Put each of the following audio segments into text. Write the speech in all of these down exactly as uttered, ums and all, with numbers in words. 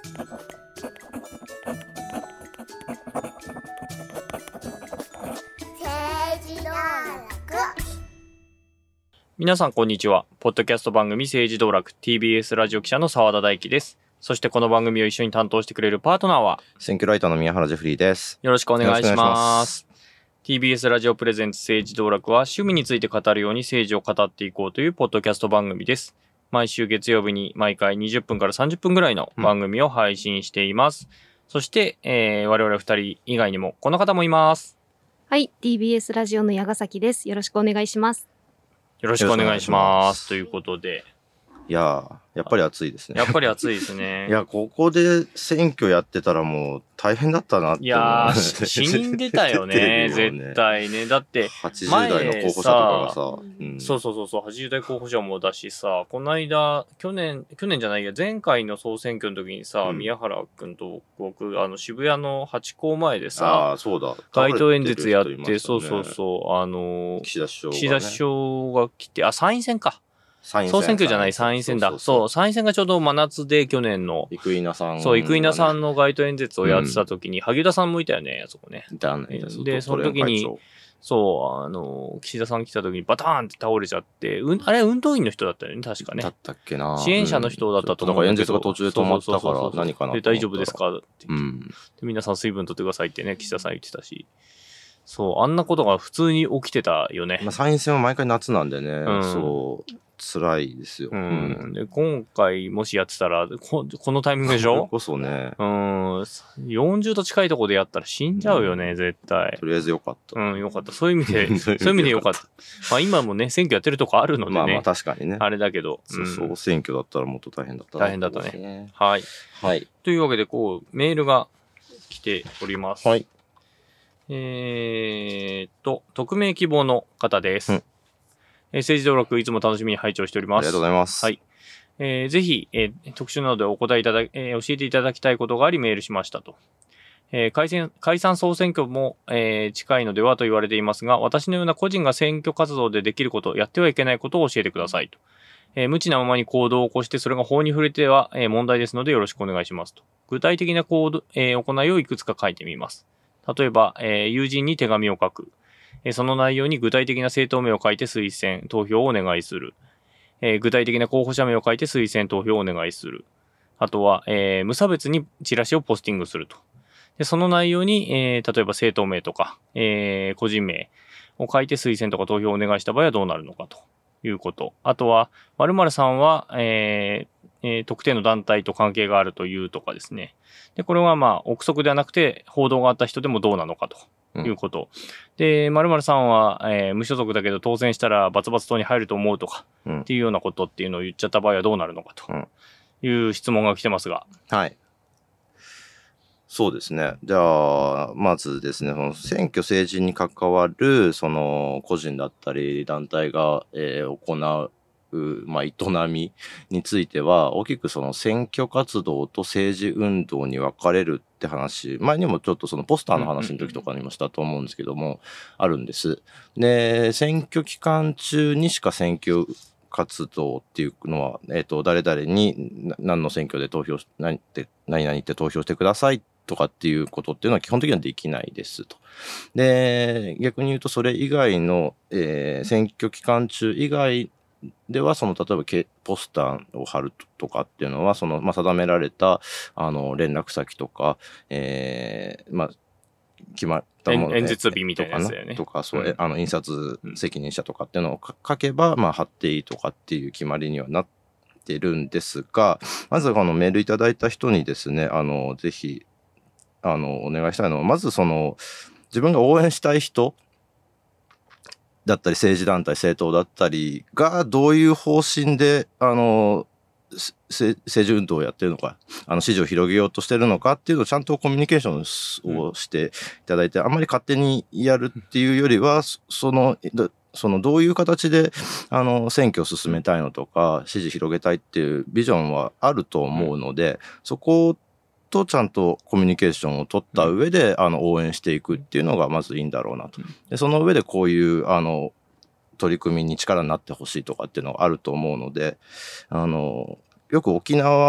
皆さんこんにちは。ポッドキャスト番組政治道楽 ティービーエス ラジオ記者の澤田大樹です。そしてこの番組を一緒に担当してくれるパートナーは選挙ライターの宮原ジェフリーです。 よろしくお願いします。ティービーエス ラジオプレゼンツ政治道楽は趣味について語るように政治を語っていこうというポッドキャスト番組です。毎週月曜日に毎回にじゅっぷんからさんじゅっぷんぐらいの番組を配信しています。うん、そして、えー、我々ふたり以外にもこの方もいます。 はい、ティービーエス ラジオの矢ヶ崎です。よろしくお願いします。 よろしくお願いします。ということで。 いやー、やっぱり暑いですね。 やっぱり暑いですね。 いや、ここで選挙やってたらもう大変だったなって思う。 いやー、死んでたよね、ね絶対ね。だって、 はちじゅう代の候補者とかがさ、 うん、そうそうそうそう、はちじゅう代候補者もだしさ、この間、去年、去年じゃないや、前回の総選挙の時にさ、うん、宮原くんと僕、あの、渋谷のハチ公前でさ、 あそうだ街頭演説やって、ね、そうそうそう、あの、 岸田首相が、ね、 岸田首相が来て、あ、参院選か。 参院総選挙じゃない参院選だ。そうそうそうそう参院選がちょうど真夏で去年の。 生稲さん、ね。 そう、生稲さんの街頭演説をやってた時に、うん、萩生田さんもいたよね、あそこね。 いたね。 で、その時に、そう、あの、岸田さん来た時にバターンって倒れちゃって、うん、あれ運動員の人だったよね、確かね。 だったっけな。 支援者の人だったと思うけど。 だから演説が途中で止まったから何かなで、大丈夫ですかって言って、 うん、 で。皆さん水分取ってくださいってね、岸田さん言ってたし。そう、あんなことが普通に起きてたよね。 まあ、参院選は毎回夏なんでね、うん、そう、辛いですよ。 うん。で、今回もしやってたら、こ, このタイミングでしょそれこそね。 うん。よんじゅうど近いところでやったら死んじゃうよね、うん、絶対。 とりあえずよかった。 うん、よかった。そういう意味で、そういう意味でよかった。まあ今もね、選挙やってるとこあるのでね。 まあまあ確かにね。 あれだけど。 そうそう、うん、選挙だったらもっと大変だった、 ね。大変だったね。はい。 はい。 というわけで、こう、メールが来ております。 はい。 えーっと、匿名希望の方です。 うんえー、政治道楽いつも楽しみに拝聴しております。 ありがとうございます。 はい。えー、ぜひ、えー、特集などでお答えいただ、えー、教えていただきたいことがありメールしましたと。えー、解散、解散総選挙も、えー、近いのではと言われていますが、私のような個人が選挙活動でできること、やってはいけないことを教えてくださいと。えー、無知なままに行動を起こして、それが法に触れては、えー、問題ですのでよろしくお願いしますと。具体的な行動、えー、行いをいくつか書いてみます。例えば、えー、友人に手紙を書く。その内容に具体的な政党名を書いて推薦、投票をお願いする。えー、具体的な候補者名を書いて推薦、投票をお願いする。あとは、えー、無差別にチラシをポスティングすると。でその内容に、えー、例えば政党名とか、えー、個人名を書いて推薦とか投票をお願いした場合はどうなるのかということ。あとは、〇〇さんは、えーえー、特定の団体と関係があるというとかですね。で、これはまあ、憶測ではなくて、報道があった人でもどうなのかと。いうこと。うん、で、〇〇さんは、えー、無所属だけど当選したらバツバツ党に入ると思うとか、うん、っていうようなことっていうのを言っちゃった場合はどうなるのかという質問が来てますが。 はい。そうですね。じゃあ、まずですね、その選挙政治に関わる、その個人だったり団体が、えー、行う、まあ、営みについては、大きくその選挙活動と政治運動に分かれるって話、前にもちょっとそのポスターの話の時とかにもしたと思うんですけども、あるんです。で、選挙期間中にしか選挙活動っていうのは、えっと、誰々に何の選挙で投票、何って、何々って投票してくださいとかっていうことっていうのは基本的にはできないですと。で、逆に言うとそれ以外の、えー、選挙期間中以外では、その、例えば、ポスターを貼るとかっていうのは、その、まあ、定められた、あの、連絡先とか、えー、まあ、決まったもの演説日みたいなやつだよね。 とか、そう、うん、あの、印刷責任者とかっていうのを書けば、まあ、貼っていいとかっていう決まりにはなってるんですが、まず、このメールいただいた人にですね、あの、ぜひ、あの、お願いしたいのは、まず、その、自分が応援したい人、だったり政治団体政党だったりがどういう方針であの政治運動をやってるのか、あの支持を広げようとしてるのかっていうのをちゃんとコミュニケーションをしていただいて、うん、あんまり勝手にやるっていうよりは、そのそのどういう形であの選挙を進めたいのとか支持広げたいっていうビジョンはあると思うので、うん、そことちゃんとコミュニケーションを取った上で、うん、あの応援していくっていうのがまずいいんだろうなと。でその上でこういうあの取り組みに力になってほしいとかっていうのがあると思うので、あのよく沖縄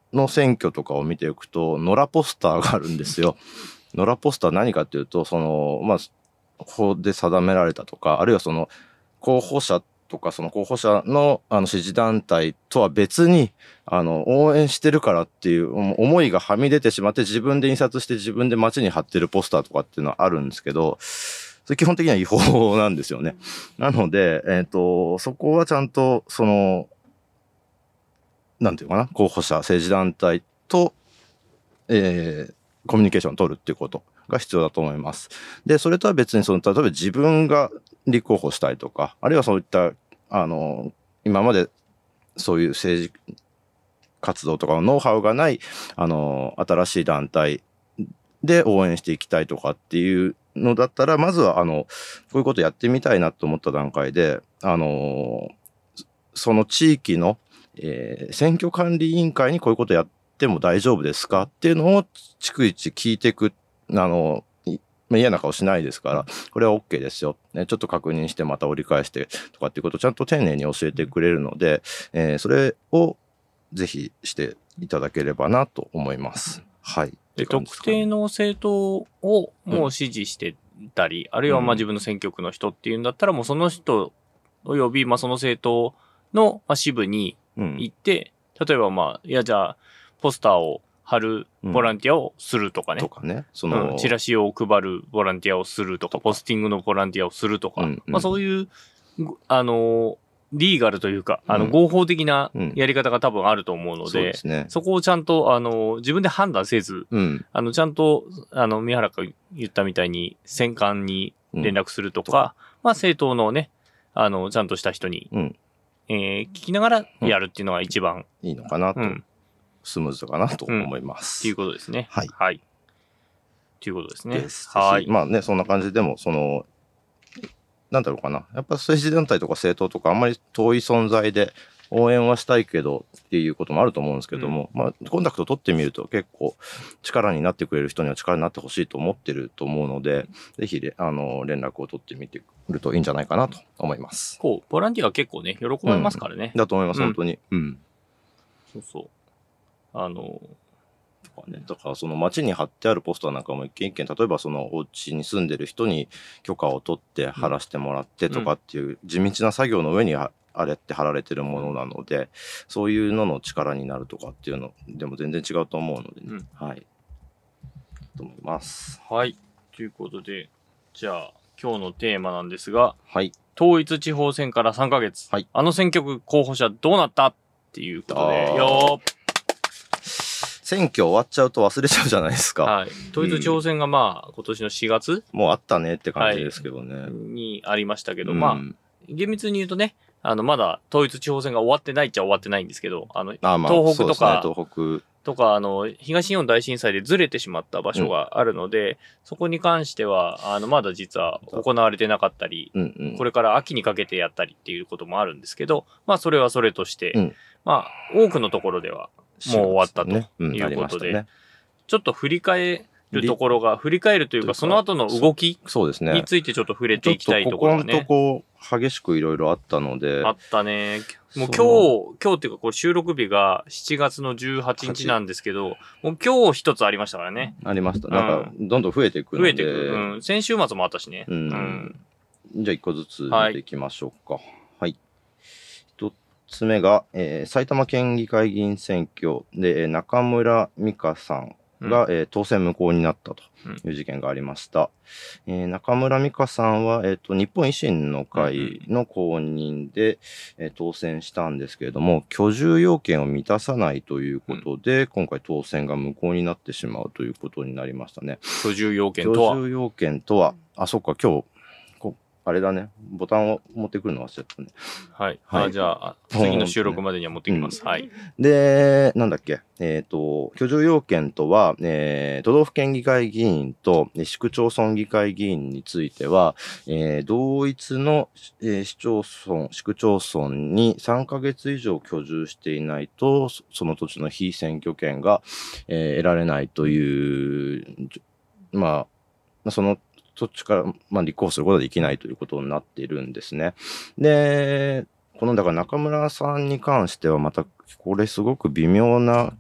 の選挙とかを見ていくと、野良ポスターがあるんですよ。野良ポスター何かっていうと、その、まあ、法で定められたとか、あるいはその、候補者とか、その候補者の、あの、支持団体とは別に、あの、応援してるからっていう思いがはみ出てしまって、自分で印刷して自分で街に貼ってるポスターとかっていうのはあるんですけど、それ基本的には違法なんですよね。なので、えっと、そこはちゃんと、その、なんていうかな、候補者、政治団体と、えー、コミュニケーションを取るっていうことが必要だと思います。で、それとは別に、その、例えば自分が立候補したいとか、あるいはそういった、あの、今までそういう政治活動とかのノウハウがない、あの、新しい団体で応援していきたいとかっていうのだったら、まずは、あの、こういうことやってみたいなと思った段階で、あの、その地域の、えー、選挙管理委員会にこういうことやっても大丈夫ですかっていうのを逐一聞いていく、あの、嫌な顔しないですから、これは OK ですよ。ちょっと確認してまた折り返してとかっていうことをちゃんと丁寧に教えてくれるので、えー、それをぜひしていただければなと思います。はい。 で、特定の政党をもう支持してたり、うん、あるいはまあ自分の選挙区の人っていうんだったら、もうその人およびまあその政党の支部に行って、うん、例えばまあ、いやじゃあ、ポスターを貼るボランティアをするとかね。 とかね。その、 うん、チラシを配るボランティアをするとか、ポスティングのボランティアをするとか、うんうん、まあそういう、あの、リーガルというか、あの、合法的なやり方が多分あると思うので、うん、 そうですね、そこをちゃんと、あの、自分で判断せず、うん、あの、ちゃんと、あの、宮原が言ったみたいに、選管に連絡するとか、うん、まあ政党のね、あの、ちゃんとした人に、うん、えー、聞きながらやるっていうのが一番、 うん、いいのかなと。うんスムーズかなと思います。 と、うん、いうことですね。 はい。 はい。ということですね。 ですはい。まあね、そんな感じでも、その、なんだろうかな。やっぱ政治団体とか政党とかあんまり遠い存在で応援はしたいけどっていうこともあると思うんですけども、うん、まあ、コンタクト取ってみると結構力になってくれる人には力になってほしいと思ってると思うので、ぜひ、あの、連絡を取ってみてくるといいんじゃないかなと思います。 こう、ボランティアは結構ね、喜ばれますからね。 うん、だと思います、本当に。 うん。そうそう。あの、 とかね、だからその街に貼ってあるポスターなんかも一軒一軒、例えばそのお家に住んでる人に許可を取って貼らせてもらってとかっていう地道な作業の上にあれって貼られてるものなので、そういうのの力になるとかっていうのでも全然違うと思うのでね、うん、はい。と思います。 はい。ということで、じゃあ今日のテーマなんですが、 はい。 統一地方選からさんかげつ、はい、あの選挙区候補者どうなったっていうことで、よー選挙終わっちゃうと忘れちゃうじゃないですか。 はい。統一地方選がまあ、うん、今年のしがつもうあったねって感じですけどね。 はい、にありましたけど、うん、まあ、厳密に言うとね、あの、まだ統一地方選が終わってないっちゃ終わってないんですけど、あの、あまあ、東北とか、 そうですね、東北とか、あの、東日本大震災でずれてしまった場所があるので、うん、そこに関しては、あの、まだ実は行われてなかったり、うんうん、これから秋にかけてやったりっていうこともあるんですけど、まあ、それはそれとして、うん、まあ、多くのところでは、もう終わったということで、ねうんね、ちょっと振り返るところが、振り返るというか、その後の動きについてちょっと触れていきたいところがね。 ちょっとここのとこ激しくいろいろあったので。 あったね。もう今日、今日っていうかこれ収録日がしちがつのじゅうはちにちなんですけど、もう今日一つありましたからね。 ありました。なんか、どんどん増えていくので。 増えていく。うん。先週末もあったしね。 うん。うん、じゃあ一個ずつ見ていきましょうか。はい。はい一つ目が、えー、埼玉県議会議員選挙で、中村美香さんが、うんえー、当選無効になったという事件がありました。うんえー、中村美香さんは、えーと、日本維新の会の公認で、うんえー、当選したんですけれども、居住要件を満たさないということで、うん、今回当選が無効になってしまうということになりましたね。 居住要件とは居住要件とは、あ、そっか、今日、あれだね。ボタンを持ってくるの忘れちゃったね。 はい。はい、あじゃあ、次の収録までには持ってきます。うん、はい。 で、なんだっけ。えっ、ー、と、居住要件とは、えー、都道府県議会議員と市区町村議会議員については、えー、同一の、えー、市町村、市区町村にさんかげつ以上居住していないと、その土地の被選挙権が、えー、得られないという、まあ、その、土地から、まあ、立候補することができないということになっているんですね。で、この、だから中村さんに関してはまた、これすごく微妙な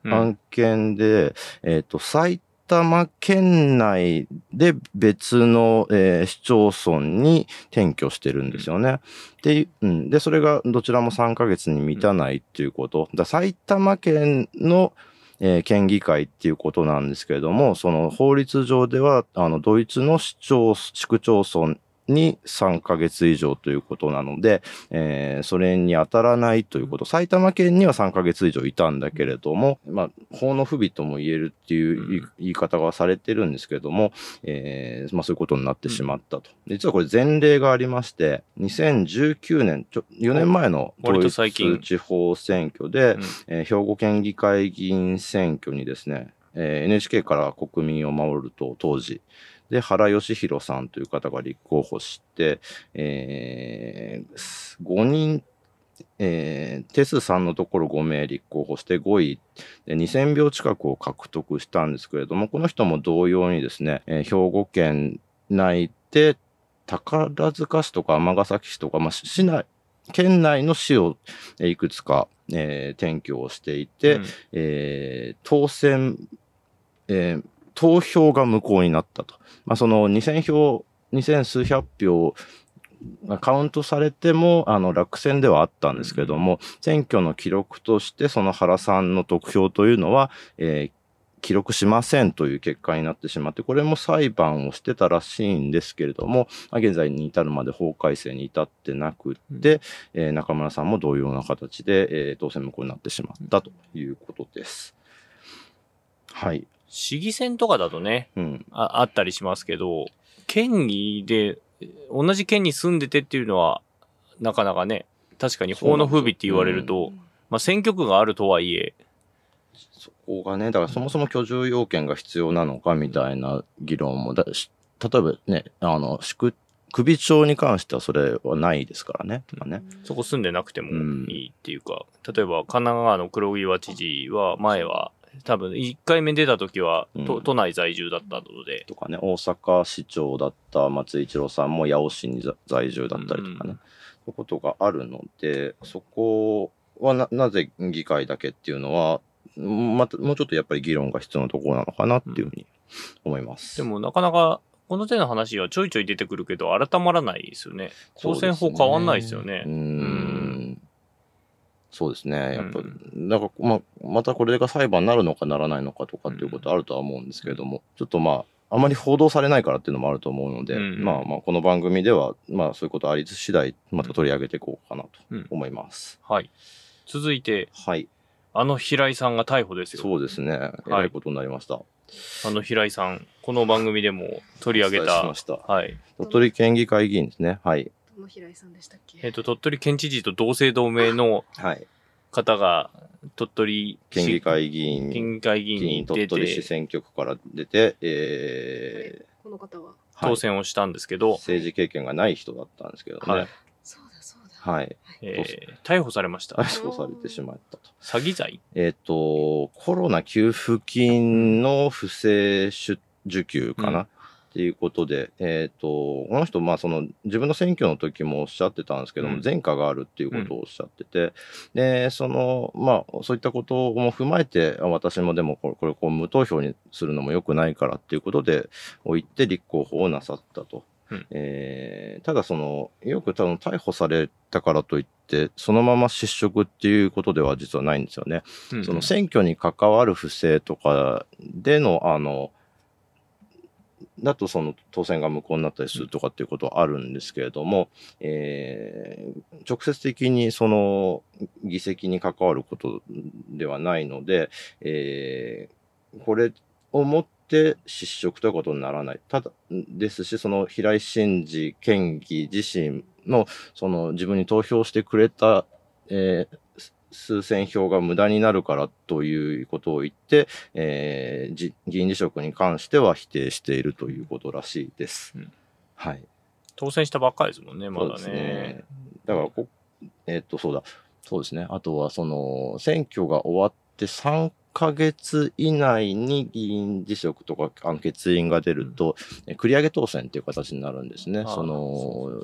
案件で、うん、えっと、埼玉県内で別の、えー、市町村に転居してるんですよね。うん、で、うん、で、それがどちらもさんかげつに満たないっていうこと。だ埼玉県のえー、県議会っていうことなんですけれども、その法律上では、あの、ドイツの市町、市区町村にさんかげつ以上ということなので、えー、それに当たらないということ。埼玉県にはさんかげつ以上いたんだけれども、まあ、法の不備とも言えるっていう言い方がされてるんですけれども、えー、まあそういうことになってしまったと。実はこれ前例がありまして、にせんじゅうきゅうねん、ちょよねんまえの統一地方選挙で、うんえー、兵庫県議会議員選挙にですね、えー、エヌエイチケー から国民を守ると当時、で、原義弘さんという方が立候補して、えー、ごにん、えー、定数さんのところごめい立候補してごいでにせんひょう近くを獲得したんですけれども、この人も同様にですね、えー、兵庫県内で宝塚市とか尼崎市とか、まあ、市内、県内の市をいくつか、えー、転居をしていて、うんえー、当選、えー、投票が無効になったと。まあ、そのにせんひょう、にせん数百票がカウントされても、あの、落選ではあったんですけれども、うん、選挙の記録として、その原さんの得票というのは、えー、記録しませんという結果になってしまって、これも裁判をしてたらしいんですけれども、現在に至るまで法改正に至ってなくって、うんえー、中村さんも同様な形で、えー、当選無効になってしまったということです。はい。 市議選とかだとね、うん、あ, あったりしますけど、県議で、同じ県に住んでてっていうのは、なかなかね、確かに法の不備って言われると、うん、まあ選挙区があるとはいえ、 そこがね、だからそもそも居住要件が必要なのかみたいな議論も、だ例えばね、あの、宿首長に関してはそれはないですからね。とかねそこ住んでなくてもいいっていうか、うん、例えば神奈川の黒岩知事は前は、多分いっかいめ出た時は、うん、都内在住だったので。 とかね、大阪市長だった松井一郎さんも八尾市に在住だったりとかね、うん、そういうことがあるので、そこは な, なぜ議会だけっていうのは、またもうちょっとやっぱり議論が必要なところなのかなっていうふうに思います。 うん、でもなかなかこの手の話はちょいちょい出てくるけど改まらないですよね。当選法変わんないですよね。 うーんそうですね。やっぱ、うん、だからまあ、またこれが裁判になるのかならないのかとかっていうことあるとは思うんですけれども、うん、ちょっとまあ、あまり報道されないからっていうのもあると思うので、うん、まあまあ、この番組では、まあそういうことあり次第、また取り上げていこうかなと思います。 うん、はい。続いて、 はい。 あの平井さんが逮捕ですよ。 そうですね。えらいことになりました。はい、 あの平井さん、この番組でも取り上げた。 しました。 はい。 鳥取県議会議員ですね。はい。 どの平井さんでしたっけ？ えっと、鳥取県知事と同姓同名の、はい。方が鳥取県議会議員県議会議員に出て鳥取市選挙区から出て、えー、この方は当選をしたんですけど、 はい、政治経験がない人だったんですけどね。はい、 そうだそうだ。 はい。 えー、逮捕されました。 逮捕されてしまったと。 詐欺罪？ えっ、ー、とコロナ給付金の不正受給かな。うんっていうことで、えっ、ー、と、この人、まあ、その、自分の選挙の時もおっしゃってたんですけども、うん、前科があるっていうことをおっしゃってて、うん、で、その、まあ、そういったことも踏まえて、私もでも、これ、これ、こう、無投票にするのも良くないからっていうことで、置いて立候補をなさったと。うんえー、ただ、その、よく多分逮捕されたからといって、そのまま失職っていうことでは実はないんですよね。うんうん、その選挙に関わる不正とかでの、あの、だとその当選が無効になったりするとかっていうことはあるんですけれども、えー、直接的にその議席に関わることではないので、えー、これをもって失職ということにならない。ただですし、その平井伸治県議自身のその自分に投票してくれた、えー数千票が無駄になるからということを言って、えー、議員辞職に関しては否定しているということらしいです。うん、はい。 当選したばっかりですもんね、まだね。 そうですね。だからこ、えー、っと、そうだ。そうですね。あとは、その、選挙が終わってさんかげつ以内に議員辞職とか、あの、欠員が出ると、うん、繰り上げ当選っていう形になるんですね。その、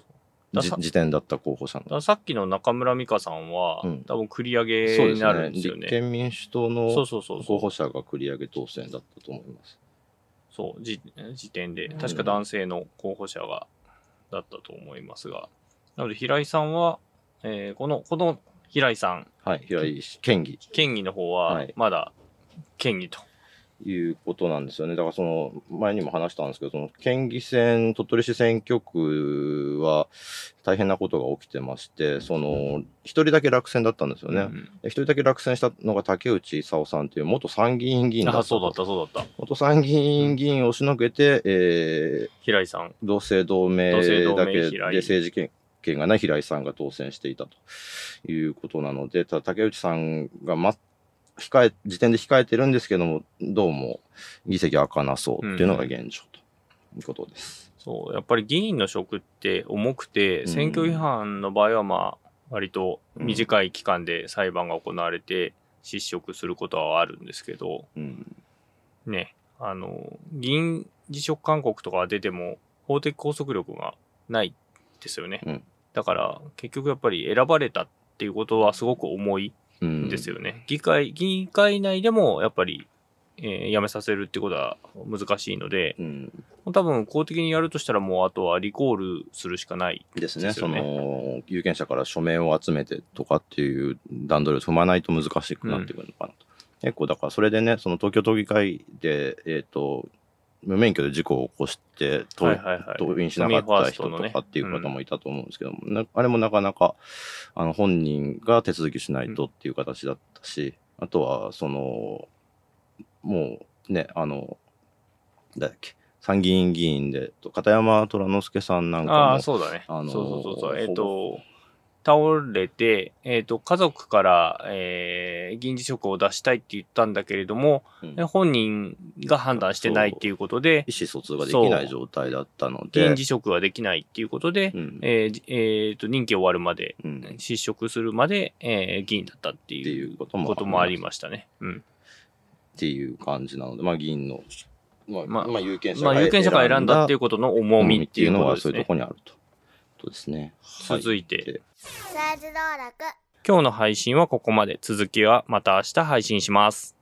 じ時点だった候補者の。 ださっきの中村美香さんは、うん、多分繰り上げになるんですよね。 立憲民主党の候補者が繰り上げ当選だったと思います。 そう時点で確か男性の候補者がだったと思いますが、なので平井さんは、えー、このこの平井さん、 はい、平井県議県議の方はまだ県議と、 はい、いうことなんですよね。だからその前にも話したんですけど、その県議選鳥取市選挙区は大変なことが起きてまして、その一人だけ落選だったんですよね。一、うん、人だけ落選したのが竹内勲さんという元参議院議員だった。 あ、そうだったそうだった。 元参議院議員を押しのけて、うん、えー、 平井さん、 同姓同名だけで政治権権がない平井さんが当選していたということなので、ただ竹内さんがま控え時点で控えてるんですけども、どうも議席は開かなそうっていうのが現状ということです。 うん、そうやっぱり議員の職って重くて、選挙違反の場合はまあ割と短い期間で裁判が行われて失職することはあるんですけど、うん、ね、あの議員辞職勧告とか出ても法的拘束力がないですよね。うん、だから結局やっぱり選ばれたっていうことはすごく重いですよね。うん、議会、議会内でもやっぱり、えー、辞めさせるってことは難しいので、うん、多分公的にやるとしたらもうあとはリコールするしかないですね。ですね。その有権者から署名を集めてとかっていう段取りを踏まないと難しくなってくるのかなと。うん、結構だからそれでね、その東京都議会で、えっと、無免許で事故を起こして登院しなかった人とかっていう方もいたと思うんですけども、ね、うん、あれもなかなかあの本人が手続きしないとっていう形だったし、うん、あとはそのもうね、あの誰だっけ、参議院議員で片山虎之助さんなんかも、 ああそうだね、あのそうそうそうそう、えっ、ー、と倒れて、えーと、家族から、えー、議員辞職を出したいって言ったんだけれども、うん、本人が判断してないっていうことで、 意思疎通ができない状態だったので、 議員辞職はできないっていうことで、うん、えーえー、と任期終わるまで、うん、失職するまで、えー、議員だったっていうこともありましたね。うん、 っていう感じなので、まあ、議員の、まあまあまあ、有権者が選んだっていうことの重みっていうのはそういうところにあると。ですね、 続いて、はい、今日の配信はここまで。続きはまた明日配信します。